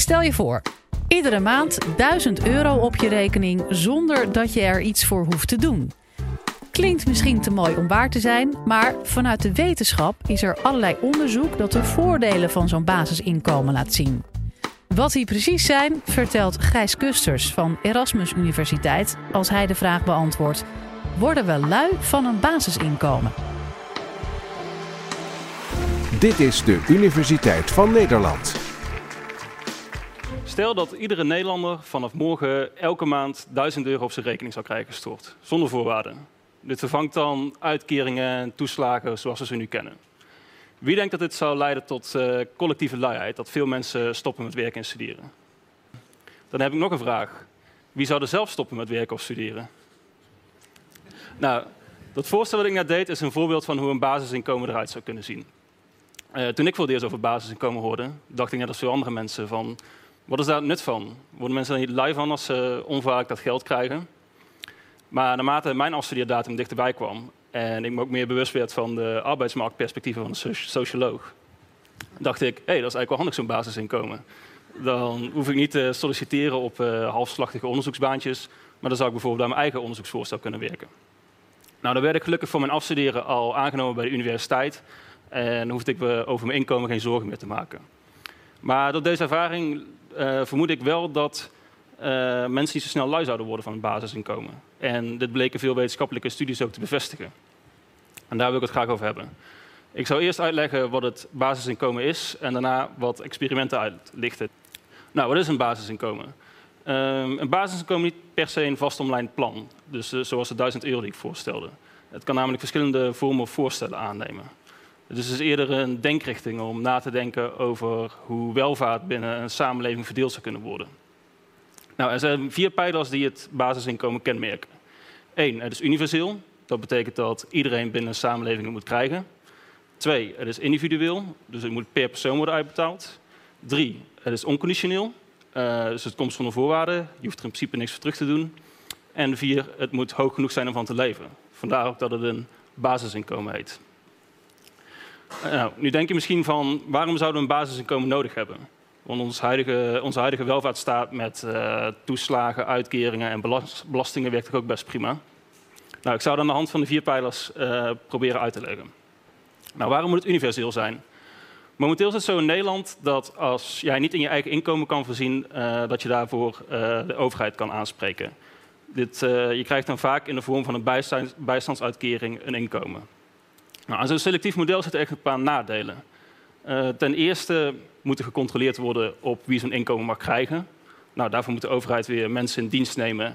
Stel je voor, iedere maand €1000 op je rekening zonder dat je er iets voor hoeft te doen. Klinkt misschien te mooi om waar te zijn, maar vanuit de wetenschap is er allerlei onderzoek dat de voordelen van zo'n basisinkomen laat zien. Wat die precies zijn, vertelt Gijs Kusters van Erasmus Universiteit als hij de vraag beantwoordt: worden we lui van een basisinkomen? Dit is de Universiteit van Nederland. Stel dat iedere Nederlander vanaf morgen elke maand €1000 op zijn rekening zou krijgen gestort, zonder voorwaarden. Dit vervangt dan uitkeringen en toeslagen zoals we ze nu kennen. Wie denkt dat dit zou leiden tot collectieve luiheid, dat veel mensen stoppen met werken en studeren? Dan heb ik nog een vraag. Wie zou er zelf stoppen met werken of studeren? Nou, dat voorstel dat ik net deed is een voorbeeld van hoe een basisinkomen eruit zou kunnen zien. Toen ik voor het eerst over basisinkomen hoorde, dacht ik net als veel andere mensen van: wat is daar het nut van? Worden mensen er niet lui van als ze onvoorwaardelijk dat geld krijgen? Maar naarmate mijn afstudeerdatum dichterbij kwam en ik me ook meer bewust werd van de arbeidsmarktperspectieven van een socioloog, dacht ik, dat is eigenlijk wel handig zo'n basisinkomen. Dan hoef ik niet te solliciteren op halfslachtige onderzoeksbaantjes, maar dan zou ik bijvoorbeeld aan mijn eigen onderzoeksvoorstel kunnen werken. Nou, dan werd ik gelukkig voor mijn afstuderen al aangenomen bij de universiteit en dan hoefde ik me over mijn inkomen geen zorgen meer te maken. Maar door deze ervaring vermoed ik wel dat mensen niet zo snel lui zouden worden van een basisinkomen. En dit bleken veel wetenschappelijke studies ook te bevestigen. En daar wil ik het graag over hebben. Ik zal eerst uitleggen wat het basisinkomen is en daarna wat experimenten uitlichten. Nou, wat is een basisinkomen? Een basisinkomen is niet per se een vast omlijnd plan, dus zoals de €1000 die ik voorstelde. Het kan namelijk verschillende vormen of voorstellen aannemen. Het is dus eerder een denkrichting om na te denken over hoe welvaart binnen een samenleving verdeeld zou kunnen worden. Nou, er zijn 4 pijlers die het basisinkomen kenmerken. 1, het is universeel. Dat betekent dat iedereen binnen een samenleving het moet krijgen. 2, het is individueel, dus het moet per persoon worden uitbetaald. 3, het is onconditioneel, dus het komt zonder voorwaarden. Je hoeft er in principe niks voor terug te doen. En 4, het moet hoog genoeg zijn om van te leven. Vandaar ook dat het een basisinkomen heet. Nou, nu denk je misschien van, waarom zouden we een basisinkomen nodig hebben? Want onze huidige welvaartsstaat met toeslagen, uitkeringen en belastingen werkt toch ook best prima. Nou, ik zou dan aan de hand van de 4 pijlers proberen uit te leggen. Nou, waarom moet het universeel zijn? Momenteel is het zo in Nederland dat als jij niet in je eigen inkomen kan voorzien, dat je daarvoor de overheid kan aanspreken. Je krijgt dan vaak in de vorm van een bijstandsuitkering een inkomen. Nou, aan zo'n selectief model zitten echt een paar nadelen. Ten eerste moet er gecontroleerd worden op wie zo'n inkomen mag krijgen. Nou, daarvoor moet de overheid weer mensen in dienst nemen,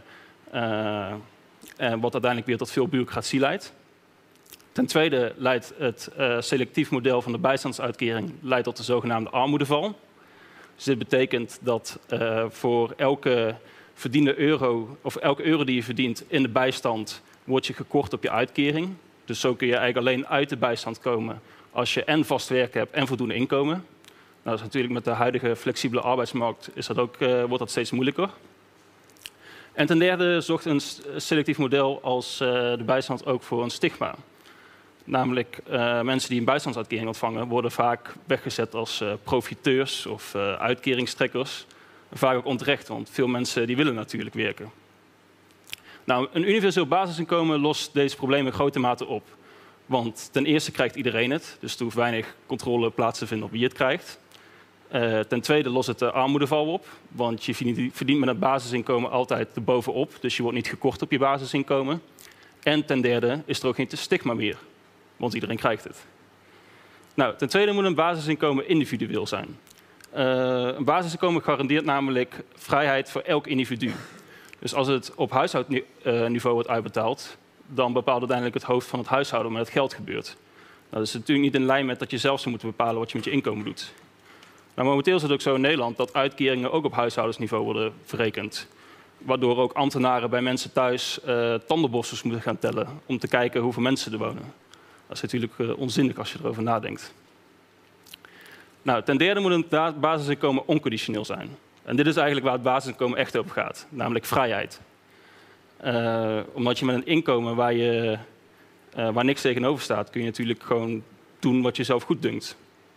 wat uiteindelijk weer tot veel bureaucratie leidt. Ten tweede leidt het selectief model van de bijstandsuitkering tot de zogenaamde armoedeval. Dus dit betekent dat voor elke verdiende euro, of elke euro die je verdient in de bijstand, word je gekort op je uitkering. Dus zo kun je eigenlijk alleen uit de bijstand komen als je en vast werk hebt en voldoende inkomen. Nou, dat is natuurlijk met de huidige flexibele arbeidsmarkt wordt dat steeds moeilijker. En ten derde zorgt een selectief model als de bijstand ook voor een stigma. Namelijk mensen die een bijstandsuitkering ontvangen worden vaak weggezet als profiteurs of uitkeringstrekkers. Vaak ook onterecht, want veel mensen die willen natuurlijk werken. Nou, een universeel basisinkomen lost deze problemen in grote mate op. Want ten eerste krijgt iedereen het, dus er hoeft weinig controle plaats te vinden op wie het krijgt. Ten tweede lost het de armoedeval op, want je verdient met een basisinkomen altijd erbovenop, dus je wordt niet gekort op je basisinkomen. En ten derde is er ook geen stigma meer, want iedereen krijgt het. Nou, ten tweede moet een basisinkomen individueel zijn. Een basisinkomen garandeert namelijk vrijheid voor elk individu. Dus als het op huishoudniveau wordt uitbetaald, dan bepaalt uiteindelijk het hoofd van het huishouden met het geld gebeurt. Nou, dat is natuurlijk niet in lijn met dat je zelf zou moeten bepalen wat je met je inkomen doet. Nou, momenteel is het ook zo in Nederland dat uitkeringen ook op huishoudensniveau worden verrekend. Waardoor ook ambtenaren bij mensen thuis tandenborstels moeten gaan tellen om te kijken hoeveel mensen er wonen. Dat is natuurlijk onzinnig als je erover nadenkt. Nou, ten derde moet een basisinkomen onconditioneel zijn. En dit is eigenlijk waar het basisinkomen echt over gaat, namelijk vrijheid. Omdat je met een inkomen waar niks tegenover staat, kun je natuurlijk gewoon doen wat je zelf goed dunkt.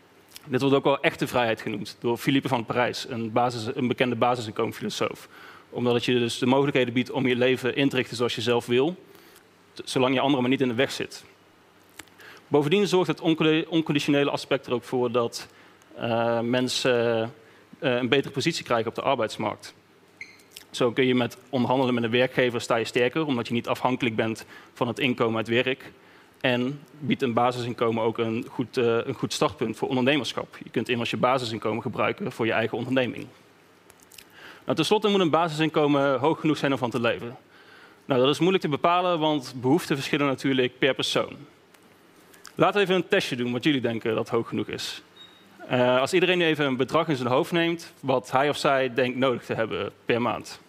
Dit wordt ook wel echte vrijheid genoemd door Philippe van Parijs, een bekende basisinkomenfilosoof. Omdat het je dus de mogelijkheden biedt om je leven in te richten zoals je zelf wil, zolang je anderen maar niet in de weg zit. Bovendien zorgt het onconditionele aspect er ook voor dat mensen een betere positie krijgen op de arbeidsmarkt. Zo kun je met onderhandelen met een werkgever sta je sterker, omdat je niet afhankelijk bent van het inkomen uit werk. En biedt een basisinkomen ook een goed startpunt voor ondernemerschap. Je kunt immers je basisinkomen gebruiken voor je eigen onderneming. Nou, ten slotte moet een basisinkomen hoog genoeg zijn om van te leven. Nou, dat is moeilijk te bepalen, want behoeften verschillen natuurlijk per persoon. Laten we even een testje doen wat jullie denken dat hoog genoeg is. Als iedereen nu even een bedrag in zijn hoofd neemt, wat hij of zij denkt nodig te hebben per maand.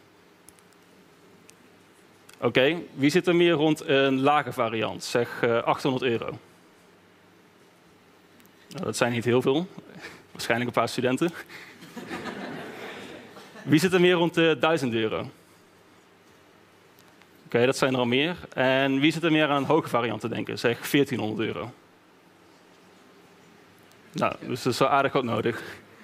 Oké, wie zit er meer rond een lage variant? Zeg €800. Nou, dat zijn niet heel veel. Waarschijnlijk een paar studenten. Wie zit er meer rond de €1000? Oké, dat zijn er al meer. En wie zit er meer aan een hoge variant te denken? Zeg €1400. Nou, dus dat is wel aardig wat nodig.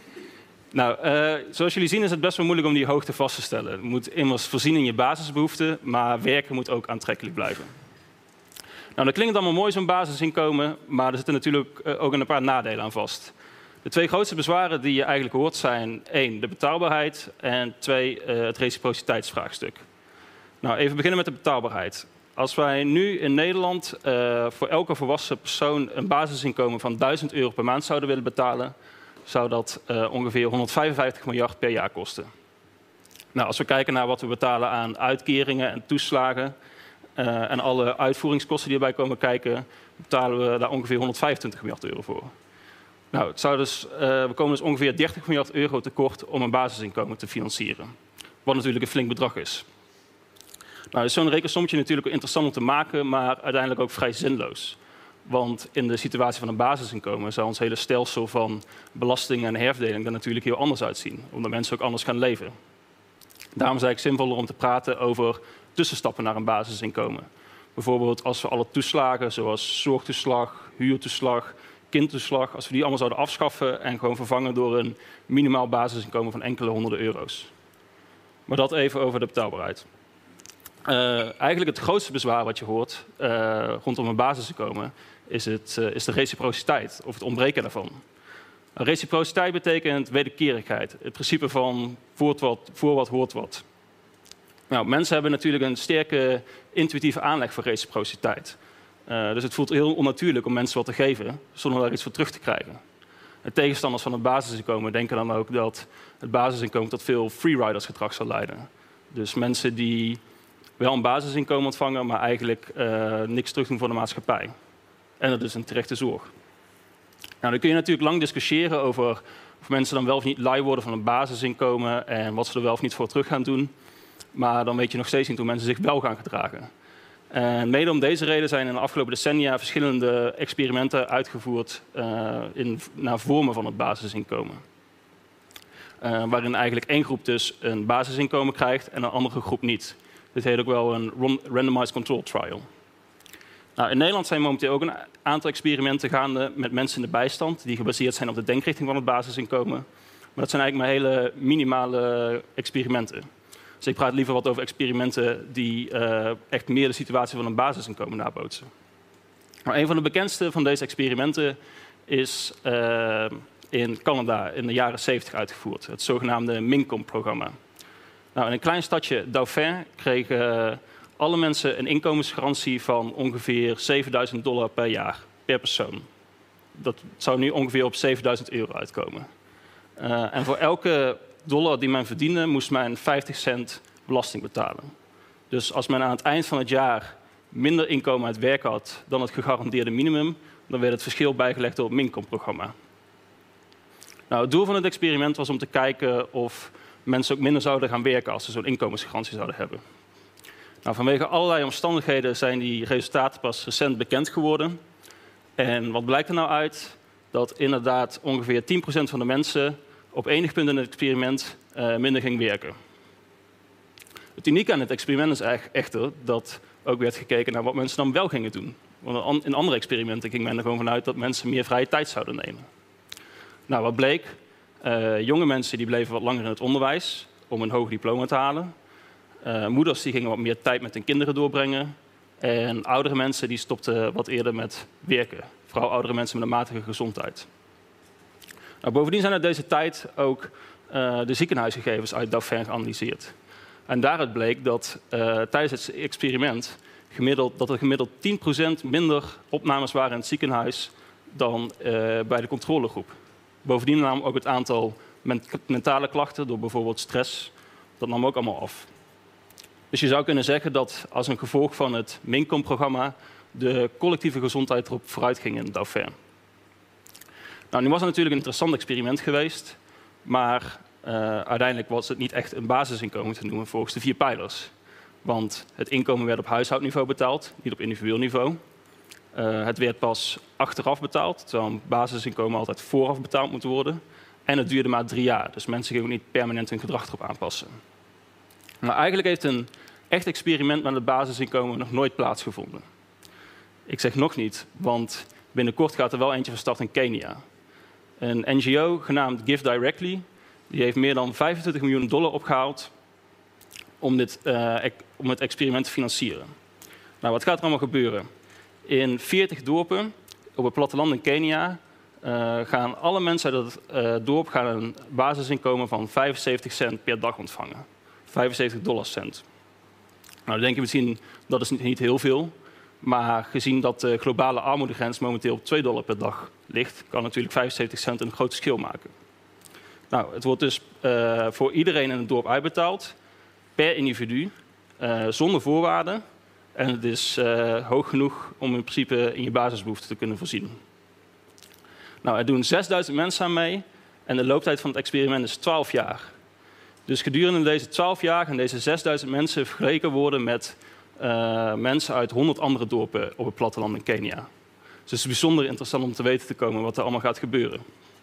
Nou, zoals jullie zien is het best wel moeilijk om die hoogte vast te stellen. Je moet immers voorzien in je basisbehoeften, maar werken moet ook aantrekkelijk blijven. Nou, dat klinkt allemaal mooi, zo'n basisinkomen, maar er zitten natuurlijk ook een paar nadelen aan vast. De twee grootste bezwaren die je eigenlijk hoort zijn 1, de betaalbaarheid en 2, het reciprociteitsvraagstuk. Nou, even beginnen met de betaalbaarheid. Als wij nu in Nederland voor elke volwassen persoon een basisinkomen van €1000 per maand zouden willen betalen, zou dat ongeveer 155 miljard per jaar kosten. Nou, als we kijken naar wat we betalen aan uitkeringen en toeslagen en alle uitvoeringskosten die erbij komen kijken, betalen we daar ongeveer €125 miljard voor. Nou, we komen dus ongeveer €30 miljard tekort om een basisinkomen te financieren. Wat natuurlijk een flink bedrag is. Nou, is zo'n rekensommetje natuurlijk interessant om te maken, maar uiteindelijk ook vrij zinloos. Want in de situatie van een basisinkomen zou ons hele stelsel van belastingen en herverdeling er natuurlijk heel anders uitzien. Omdat mensen ook anders gaan leven. Daarom is het eigenlijk zinvoller om te praten over tussenstappen naar een basisinkomen. Bijvoorbeeld als we alle toeslagen, zoals zorgtoeslag, huurtoeslag, kindtoeslag, als we die allemaal zouden afschaffen en gewoon vervangen door een minimaal basisinkomen van enkele honderden euro's. Maar dat even over de betaalbaarheid. Eigenlijk het grootste bezwaar wat je hoort rondom een basisinkomen is de reciprociteit of het ontbreken daarvan. Reciprociteit betekent wederkerigheid. Het principe van voor wat hoort wat. Nou, mensen hebben natuurlijk een sterke intuïtieve aanleg voor reciprociteit. Dus het voelt heel onnatuurlijk om mensen wat te geven zonder daar iets voor terug te krijgen. De tegenstanders van het basisinkomen denken dan ook dat het basisinkomen tot veel freeriders gedrag zal leiden. Dus mensen die wel een basisinkomen ontvangen, maar eigenlijk niks terug doen voor de maatschappij. En dat is een terechte zorg. Nou, dan kun je natuurlijk lang discussiëren over of mensen dan wel of niet lui worden van een basisinkomen en wat ze er wel of niet voor terug gaan doen. Maar dan weet je nog steeds niet hoe mensen zich wel gaan gedragen. En mede om deze reden zijn in de afgelopen decennia verschillende experimenten uitgevoerd naar vormen van het basisinkomen. Waarin eigenlijk één groep dus een basisinkomen krijgt en een andere groep niet. Dit heet ook wel een randomized control trial. Nou, in Nederland zijn momenteel ook een aantal experimenten gaande met mensen in de bijstand die gebaseerd zijn op de denkrichting van het basisinkomen. Maar dat zijn eigenlijk maar hele minimale experimenten. Dus ik praat liever wat over experimenten die echt meer de situatie van een basisinkomen nabootsen. Maar een van de bekendste van deze experimenten is in Canada in de jaren 70 uitgevoerd. Het zogenaamde MINCOM-programma. Nou, in een klein stadje Dauphin kregen alle mensen een inkomensgarantie van ongeveer $7.000 per jaar, per persoon. Dat zou nu ongeveer op €7.000 uitkomen. En voor elke dollar die men verdiende, moest men 50 cent belasting betalen. Dus als men aan het eind van het jaar minder inkomen uit werk had dan het gegarandeerde minimum, dan werd het verschil bijgelegd door het MINCOM-programma. Nou, het doel van het experiment was om te kijken of mensen ook minder zouden gaan werken als ze zo'n inkomensgarantie zouden hebben. Nou, vanwege allerlei omstandigheden zijn die resultaten pas recent bekend geworden. En wat blijkt er nou uit? Dat inderdaad ongeveer 10% van de mensen op enig punt in het experiment minder ging werken. Het unieke aan het experiment is eigenlijk echter dat ook werd gekeken naar wat mensen dan wel gingen doen. Want in andere experimenten ging men er gewoon vanuit dat mensen meer vrije tijd zouden nemen. Nou, wat bleek? Jonge mensen die bleven wat langer in het onderwijs om een hoger diploma te halen. Moeders die gingen wat meer tijd met hun kinderen doorbrengen. En oudere mensen die stopten wat eerder met werken. Vooral oudere mensen met een matige gezondheid. Nou, bovendien zijn uit deze tijd ook de ziekenhuisgegevens uit Dauphin geanalyseerd. En daaruit bleek dat tijdens het experiment dat er gemiddeld 10% minder opnames waren in het ziekenhuis dan bij de controlegroep. Bovendien nam ook het aantal mentale klachten door bijvoorbeeld stress, dat nam ook allemaal af. Dus je zou kunnen zeggen dat als een gevolg van het MINCOM-programma de collectieve gezondheid erop vooruit ging in Dauphin. Nou, nu was het natuurlijk een interessant experiment geweest, maar uiteindelijk was het niet echt een basisinkomen te noemen volgens de 4 pijlers. Want het inkomen werd op huishoudniveau betaald, niet op individueel niveau. Het werd pas achteraf betaald, terwijl een basisinkomen altijd vooraf betaald moet worden. En het duurde maar 3 jaar, dus mensen gingen ook niet permanent hun gedrag erop aanpassen. Maar eigenlijk heeft een echt experiment met het basisinkomen nog nooit plaatsgevonden. Ik zeg nog niet, want binnenkort gaat er wel eentje van start in Kenia. Een NGO genaamd Give Directly, die heeft meer dan $25 miljoen opgehaald om het experiment te financieren. Nou, wat gaat er allemaal gebeuren? In 40 dorpen op het platteland in Kenia gaan alle mensen uit het dorp een basisinkomen van 75 cent per dag ontvangen. $75. Nou, dan denk je misschien, dat is niet heel veel. Maar gezien dat de globale armoedegrens momenteel op $2 per dag ligt, kan natuurlijk 75 cent een groot verschil maken. Nou, het wordt dus voor iedereen in het dorp uitbetaald, per individu, zonder voorwaarden. En het is hoog genoeg om in principe in je basisbehoeften te kunnen voorzien. Nou, er doen 6000 mensen aan mee en de looptijd van het experiment is 12 jaar. Dus gedurende deze 12 jaar gaan deze 6000 mensen vergeleken worden met mensen uit 100 andere dorpen op het platteland in Kenia. Dus het is bijzonder interessant om te weten te komen wat er allemaal gaat gebeuren.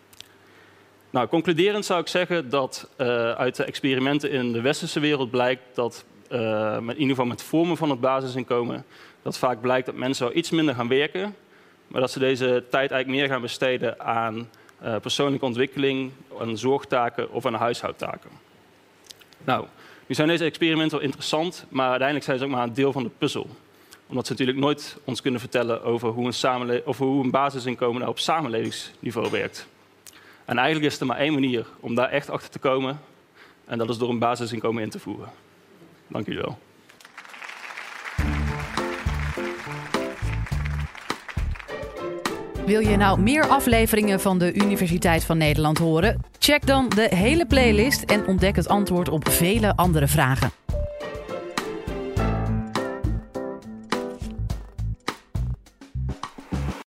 Nou, concluderend zou ik zeggen dat uit de experimenten in de westerse wereld blijkt dat, in ieder geval met vormen van het basisinkomen, dat vaak blijkt dat mensen wel iets minder gaan werken, maar dat ze deze tijd eigenlijk meer gaan besteden aan persoonlijke ontwikkeling, aan zorgtaken of aan huishoudtaken. Nou, nu zijn deze experimenten wel interessant, maar uiteindelijk zijn ze ook maar een deel van de puzzel. Omdat ze natuurlijk nooit ons kunnen vertellen over hoe een basisinkomen nou op samenlevingsniveau werkt. En eigenlijk is er maar één manier om daar echt achter te komen. En dat is door een basisinkomen in te voeren. Dank jullie wel. Wil je nou meer afleveringen van de Universiteit van Nederland horen? Check dan de hele playlist en ontdek het antwoord op vele andere vragen.